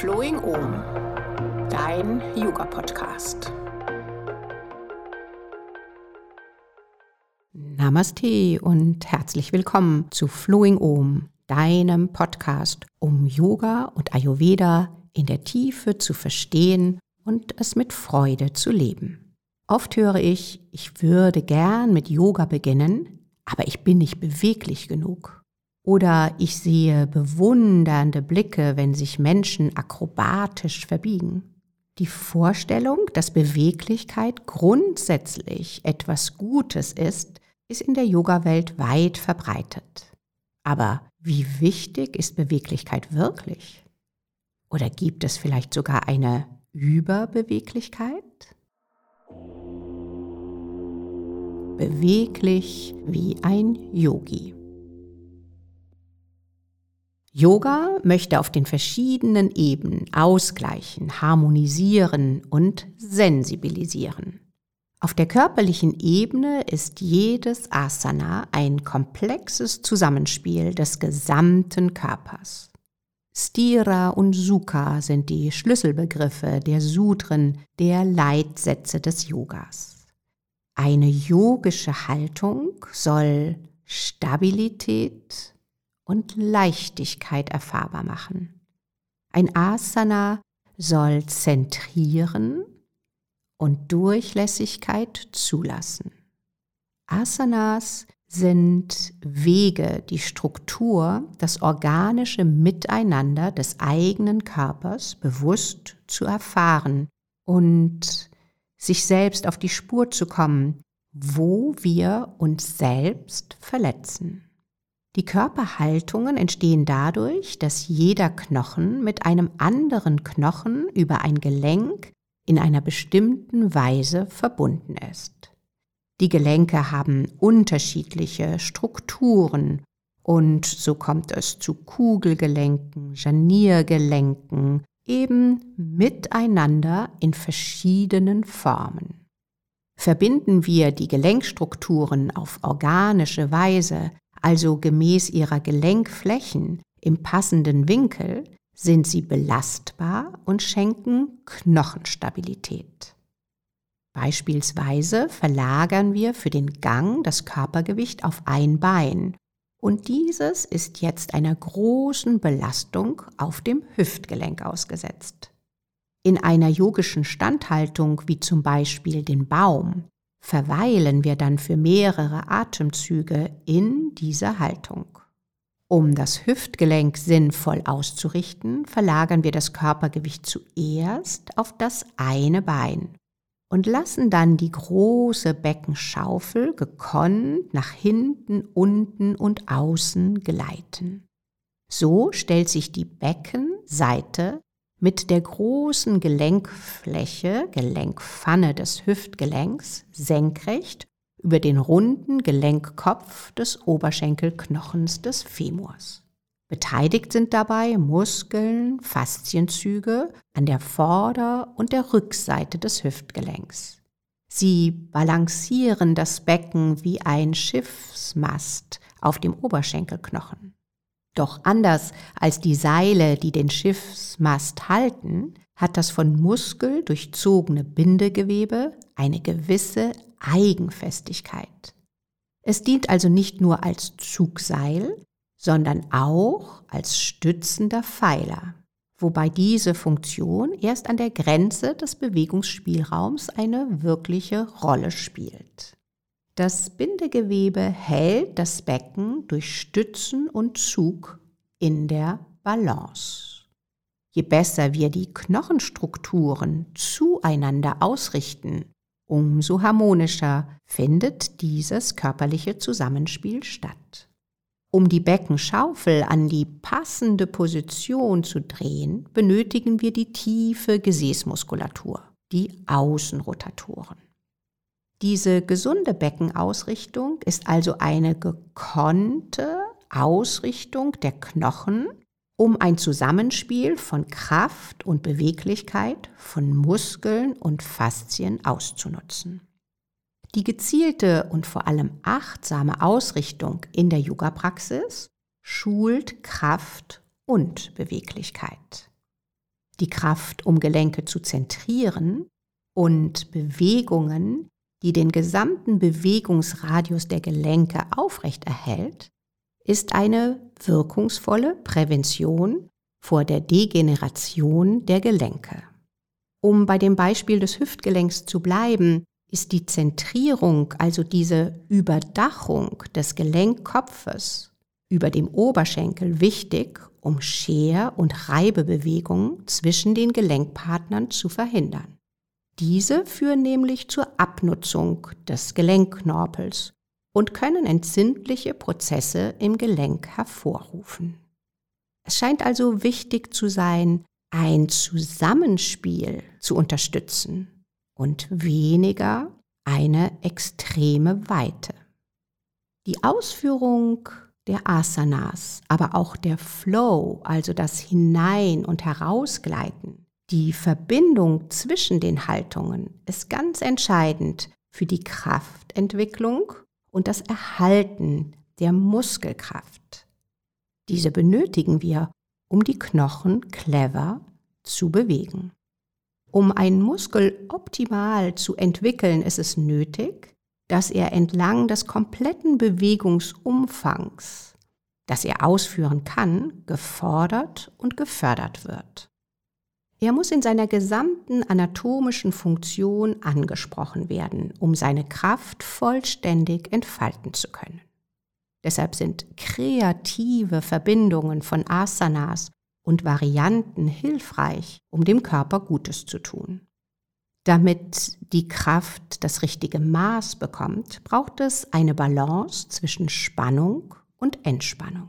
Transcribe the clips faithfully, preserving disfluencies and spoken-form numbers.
Flowing Om, dein Yoga-Podcast. Namaste und herzlich willkommen zu Flowing Om, deinem Podcast, um Yoga und Ayurveda in der Tiefe zu verstehen und es mit Freude zu leben. Oft höre ich, ich würde gern mit Yoga beginnen, aber ich bin nicht beweglich genug. Oder ich sehe bewundernde Blicke, wenn sich Menschen akrobatisch verbiegen. Die Vorstellung, dass Beweglichkeit grundsätzlich etwas Gutes ist, ist in der Yoga-Welt weit verbreitet. Aber wie wichtig ist Beweglichkeit wirklich? Oder gibt es vielleicht sogar eine Überbeweglichkeit? Beweglich wie ein Yogi. Yoga möchte auf den verschiedenen Ebenen ausgleichen, harmonisieren und sensibilisieren. Auf der körperlichen Ebene ist jedes Asana ein komplexes Zusammenspiel des gesamten Körpers. Sthira und Sukha sind die Schlüsselbegriffe der Sutren, der Leitsätze des Yogas. Eine yogische Haltung soll Stabilität und Leichtigkeit erfahrbar machen. Ein Asana soll zentrieren und Durchlässigkeit zulassen. Asanas sind Wege, die Struktur, das organische Miteinander des eigenen Körpers bewusst zu erfahren und sich selbst auf die Spur zu kommen, wo wir uns selbst verletzen. Die Körperhaltungen entstehen dadurch, dass jeder Knochen mit einem anderen Knochen über ein Gelenk in einer bestimmten Weise verbunden ist. Die Gelenke haben unterschiedliche Strukturen und so kommt es zu Kugelgelenken, Scharniergelenken, eben miteinander in verschiedenen Formen. Verbinden wir die Gelenkstrukturen auf organische Weise, also gemäß ihrer Gelenkflächen im passenden Winkel, sind sie belastbar und schenken Knochenstabilität. Beispielsweise verlagern wir für den Gang das Körpergewicht auf ein Bein und dieses ist jetzt einer großen Belastung auf dem Hüftgelenk ausgesetzt. In einer yogischen Standhaltung wie zum Beispiel den Baum verweilen wir dann für mehrere Atemzüge in dieser Haltung. Um das Hüftgelenk sinnvoll auszurichten, verlagern wir das Körpergewicht zuerst auf das eine Bein und lassen dann die große Beckenschaufel gekonnt nach hinten, unten und außen gleiten. So stellt sich die Beckenseite mit der großen Gelenkfläche, Gelenkpfanne des Hüftgelenks, senkrecht über den runden Gelenkkopf des Oberschenkelknochens des Femurs. Beteiligt sind dabei Muskeln, Faszienzüge an der Vorder- und der Rückseite des Hüftgelenks. Sie balancieren das Becken wie ein Schiffsmast auf dem Oberschenkelknochen. Doch anders als die Seile, die den Schiffsmast halten, hat das von Muskel durchzogene Bindegewebe eine gewisse Eigenfestigkeit. Es dient also nicht nur als Zugseil, sondern auch als stützender Pfeiler, wobei diese Funktion erst an der Grenze des Bewegungsspielraums eine wirkliche Rolle spielt. Das Bindegewebe hält das Becken durch Stützen und Zug in der Balance. Je besser wir die Knochenstrukturen zueinander ausrichten, umso harmonischer findet dieses körperliche Zusammenspiel statt. Um die Beckenschaufel an die passende Position zu drehen, benötigen wir die tiefe Gesäßmuskulatur, die Außenrotatoren. Diese gesunde Beckenausrichtung ist also eine gekonnte Ausrichtung der Knochen, um ein Zusammenspiel von Kraft und Beweglichkeit, von Muskeln und Faszien auszunutzen. Die gezielte und vor allem achtsame Ausrichtung in der Yoga-Praxis schult Kraft und Beweglichkeit. die Kraft, um Gelenke zu zentrieren, und Bewegungen, die den gesamten Bewegungsradius der Gelenke aufrechterhält, ist eine wirkungsvolle Prävention vor der Degeneration der Gelenke. Um bei dem Beispiel des Hüftgelenks zu bleiben, ist die Zentrierung, also diese Überdachung des Gelenkkopfes über dem Oberschenkel wichtig, um Scher- und Reibebewegungen zwischen den Gelenkpartnern zu verhindern. Diese führen nämlich zur Abnutzung des Gelenkknorpels und können entzündliche Prozesse im Gelenk hervorrufen. Es scheint also wichtig zu sein, ein Zusammenspiel zu unterstützen und weniger eine extreme Weite. Die Ausführung der Asanas, aber auch der Flow, also das Hinein- und Herausgleiten, die Verbindung zwischen den Haltungen ist ganz entscheidend für die Kraftentwicklung und das Erhalten der Muskelkraft. Diese benötigen wir, um die Knochen clever zu bewegen. Um einen Muskel optimal zu entwickeln, ist es nötig, dass er entlang des kompletten Bewegungsumfangs, das er ausführen kann, gefordert und gefördert wird. Er muss in seiner gesamten anatomischen Funktion angesprochen werden, um seine Kraft vollständig entfalten zu können. Deshalb sind kreative Verbindungen von Asanas und Varianten hilfreich, um dem Körper Gutes zu tun. Damit die Kraft das richtige Maß bekommt, braucht es eine Balance zwischen Spannung und Entspannung.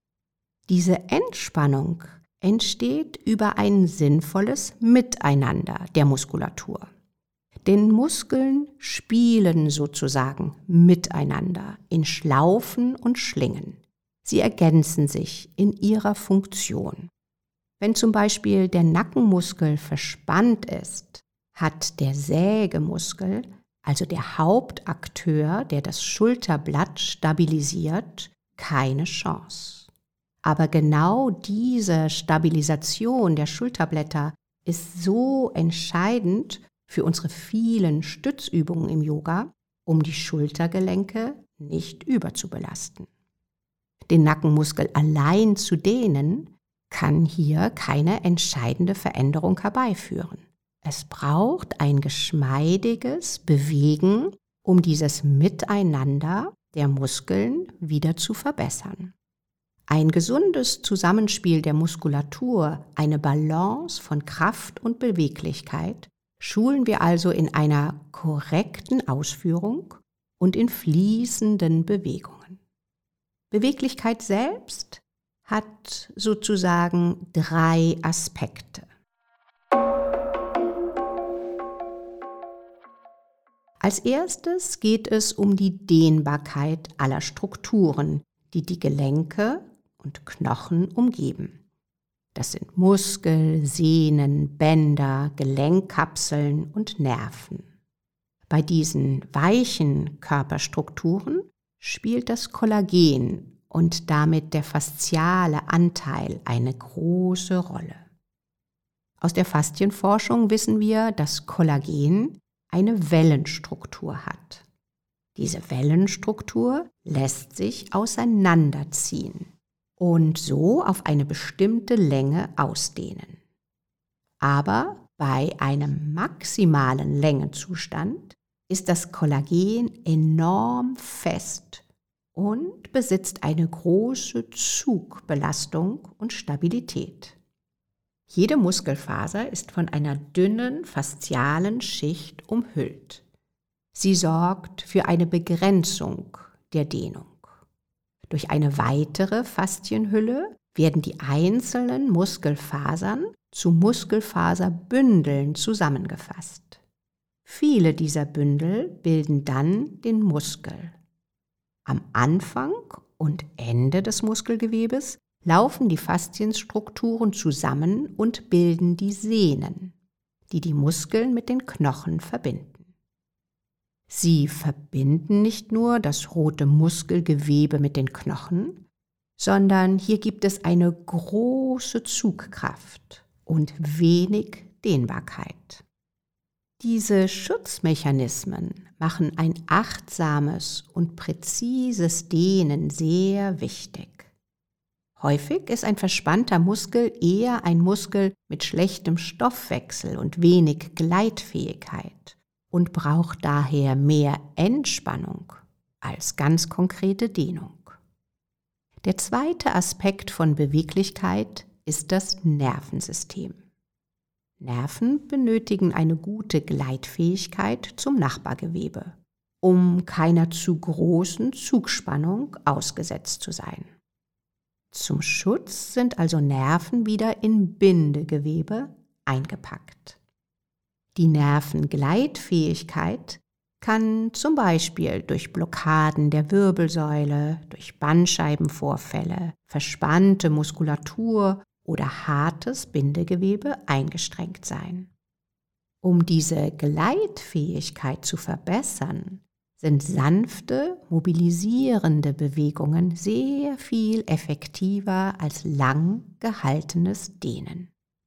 Diese Entspannung entsteht über ein sinnvolles Miteinander der Muskulatur. Denn Muskeln spielen sozusagen miteinander in Schlaufen und Schlingen. Sie ergänzen sich in ihrer Funktion. Wenn zum Beispiel der Nackenmuskel verspannt ist, hat der Sägemuskel, also der Hauptakteur, der das Schulterblatt stabilisiert, keine Chance. Aber genau diese Stabilisation der Schulterblätter ist so entscheidend für unsere vielen Stützübungen im Yoga, um die Schultergelenke nicht überzubelasten. Den Nackenmuskel allein zu dehnen, kann hier keine entscheidende Veränderung herbeiführen. Es braucht ein geschmeidiges Bewegen, um dieses Miteinander der Muskeln wieder zu verbessern. Ein gesundes Zusammenspiel der Muskulatur, eine Balance von Kraft und Beweglichkeit, schulen wir also in einer korrekten Ausführung und in fließenden Bewegungen. Beweglichkeit selbst hat sozusagen drei Aspekte. Als erstes geht es um die Dehnbarkeit aller Strukturen, die die Gelenke und Knochen umgeben. Das sind Muskel, Sehnen, Bänder, Gelenkkapseln und Nerven. Bei diesen weichen Körperstrukturen spielt das Kollagen und damit der fasziale Anteil eine große Rolle. Aus der Faszienforschung wissen wir, dass Kollagen eine Wellenstruktur hat. Diese Wellenstruktur lässt sich auseinanderziehen und so auf eine bestimmte Länge ausdehnen. Aber bei einem maximalen Längenzustand ist das Kollagen enorm fest und besitzt eine große Zugbelastung und Stabilität. Jede Muskelfaser ist von einer dünnen faszialen Schicht umhüllt. Sie sorgt für eine Begrenzung der Dehnung. Durch eine weitere Faszienhülle werden die einzelnen Muskelfasern zu Muskelfaserbündeln zusammengefasst. Viele dieser Bündel bilden dann den Muskel. Am Anfang und Ende des Muskelgewebes laufen die Faszienstrukturen zusammen und bilden die Sehnen, die die Muskeln mit den Knochen verbinden. Sie verbinden nicht nur das rote Muskelgewebe mit den Knochen, sondern hier gibt es eine große Zugkraft und wenig Dehnbarkeit. Diese Schutzmechanismen machen ein achtsames und präzises Dehnen sehr wichtig. Häufig ist ein verspannter Muskel eher ein Muskel mit schlechtem Stoffwechsel und wenig Gleitfähigkeit und braucht daher mehr Entspannung als ganz konkrete Dehnung. Der zweite Aspekt von Beweglichkeit ist das Nervensystem. Nerven benötigen eine gute Gleitfähigkeit zum Nachbargewebe, um keiner zu großen Zugspannung ausgesetzt zu sein. Zum Schutz sind also Nerven wieder in Bindegewebe eingepackt. Die Nervengleitfähigkeit kann zum Beispiel durch Blockaden der Wirbelsäule, durch Bandscheibenvorfälle, verspannte Muskulatur oder hartes Bindegewebe eingestrengt sein. Um diese Gleitfähigkeit zu verbessern, sind sanfte, mobilisierende Bewegungen sehr viel effektiver als lang gehaltenes Dehnen.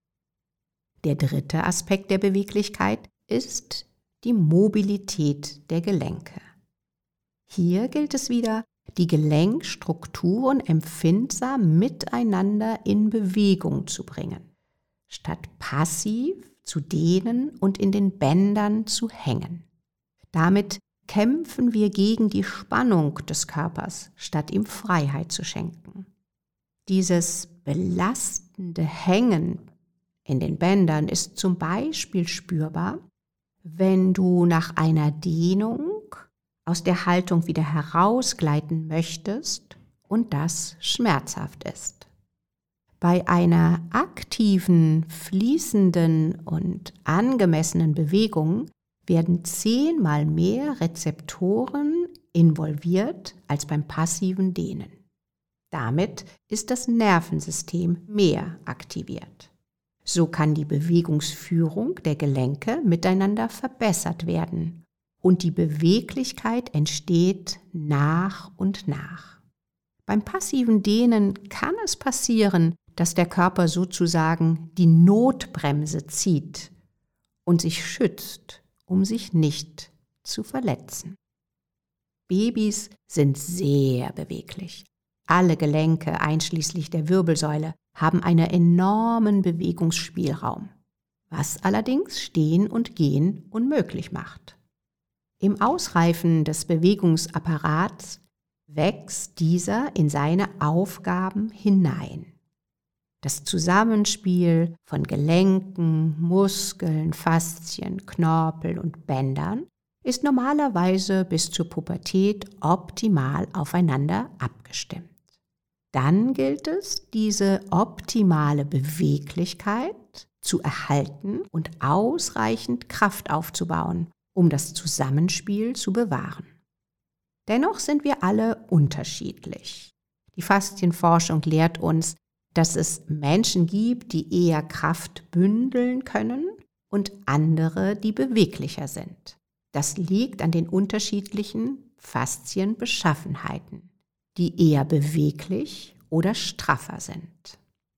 Der dritte Aspekt der Beweglichkeit ist die Mobilität der Gelenke. Hier gilt es wieder, die Gelenkstrukturen empfindsam miteinander in Bewegung zu bringen, statt passiv zu dehnen und in den Bändern zu hängen. Damit kämpfen wir gegen die Spannung des Körpers, statt ihm Freiheit zu schenken. Dieses belastende Hängen in den Bändern ist zum Beispiel spürbar, wenn du nach einer Dehnung aus der Haltung wieder herausgleiten möchtest und das schmerzhaft ist. Bei einer aktiven, fließenden und angemessenen Bewegung werden zehnmal mehr Rezeptoren involviert als beim passiven Dehnen. Damit ist das Nervensystem mehr aktiviert. So kann die Bewegungsführung der Gelenke miteinander verbessert werden und die Beweglichkeit entsteht nach und nach. Beim passiven Dehnen kann es passieren, dass der Körper sozusagen die Notbremse zieht und sich schützt, um sich nicht zu verletzen. Babys sind sehr beweglich. Alle Gelenke, einschließlich der Wirbelsäule, haben einen enormen Bewegungsspielraum, was allerdings Stehen und Gehen unmöglich macht. Im Ausreifen des Bewegungsapparats wächst dieser in seine Aufgaben hinein. Das Zusammenspiel von Gelenken, Muskeln, Faszien, Knorpel und Bändern ist normalerweise bis zur Pubertät optimal aufeinander abgestimmt. Dann gilt es, diese optimale Beweglichkeit zu erhalten und ausreichend Kraft aufzubauen, um das Zusammenspiel zu bewahren. Dennoch sind wir alle unterschiedlich. Die Faszienforschung lehrt uns, dass es Menschen gibt, die eher Kraft bündeln können und andere, die beweglicher sind. Das liegt an den unterschiedlichen Faszienbeschaffenheiten, die eher beweglich oder straffer sind.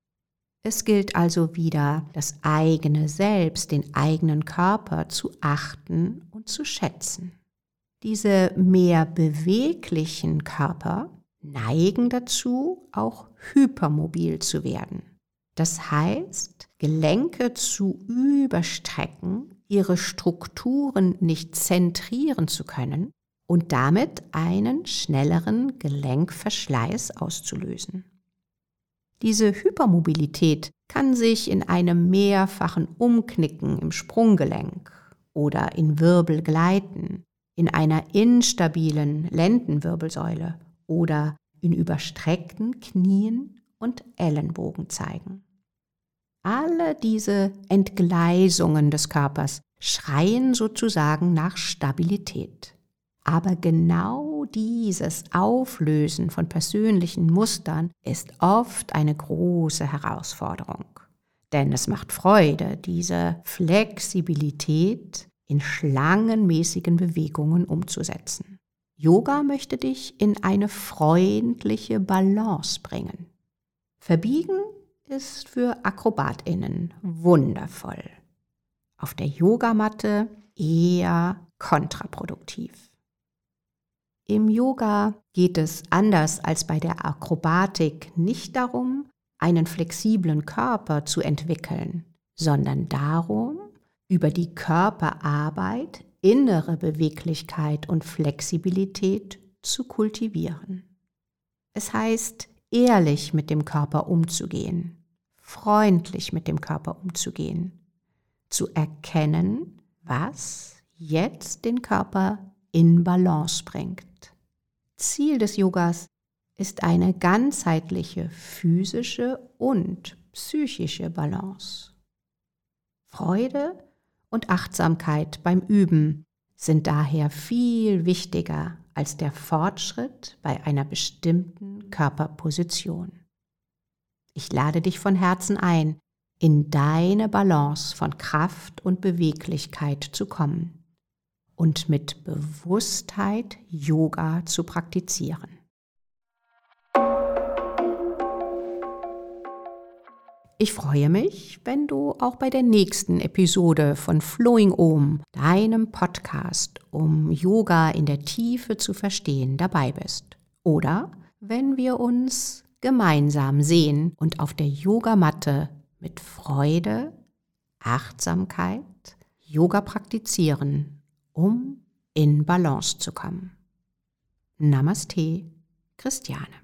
Es gilt also wieder, das eigene Selbst, den eigenen Körper zu achten und zu schätzen. Diese mehr beweglichen Körper neigen dazu, auch hypermobil zu werden. Das heißt, Gelenke zu überstrecken, ihre Strukturen nicht zentrieren zu können und damit einen schnelleren Gelenkverschleiß auszulösen. Diese Hypermobilität kann sich in einem mehrfachen Umknicken im Sprunggelenk oder in Wirbelgleiten, in einer instabilen Lendenwirbelsäule oder in überstreckten Knien und Ellenbogen zeigen. Alle diese Entgleisungen des Körpers schreien sozusagen nach Stabilität. Aber genau dieses Auflösen von persönlichen Mustern ist oft eine große Herausforderung. Denn es macht Freude, diese Flexibilität in schlangenmäßigen Bewegungen umzusetzen. Yoga möchte dich in eine freundliche Balance bringen. Verbiegen ist für AkrobatInnen wundervoll. Auf der Yogamatte eher kontraproduktiv. Im Yoga geht es anders als bei der Akrobatik nicht darum, einen flexiblen Körper zu entwickeln, sondern darum, über die Körperarbeit innere Beweglichkeit und Flexibilität zu kultivieren. Es heißt, ehrlich mit dem Körper umzugehen, freundlich mit dem Körper umzugehen, zu erkennen, was jetzt den Körper in Balance bringt. Ziel des Yogas ist eine ganzheitliche physische und psychische Balance. Freude und Achtsamkeit beim Üben sind daher viel wichtiger als der Fortschritt bei einer bestimmten Körperposition. Ich lade dich von Herzen ein, in deine Balance von Kraft und Beweglichkeit zu kommen und mit Bewusstheit Yoga zu praktizieren. Ich freue mich, wenn du auch bei der nächsten Episode von Flowing Om, deinem Podcast, um Yoga in der Tiefe zu verstehen, dabei bist. Oder wenn wir uns gemeinsam sehen und auf der Yogamatte mit Freude, Achtsamkeit Yoga praktizieren, um in Balance zu kommen. Namaste, Christiane.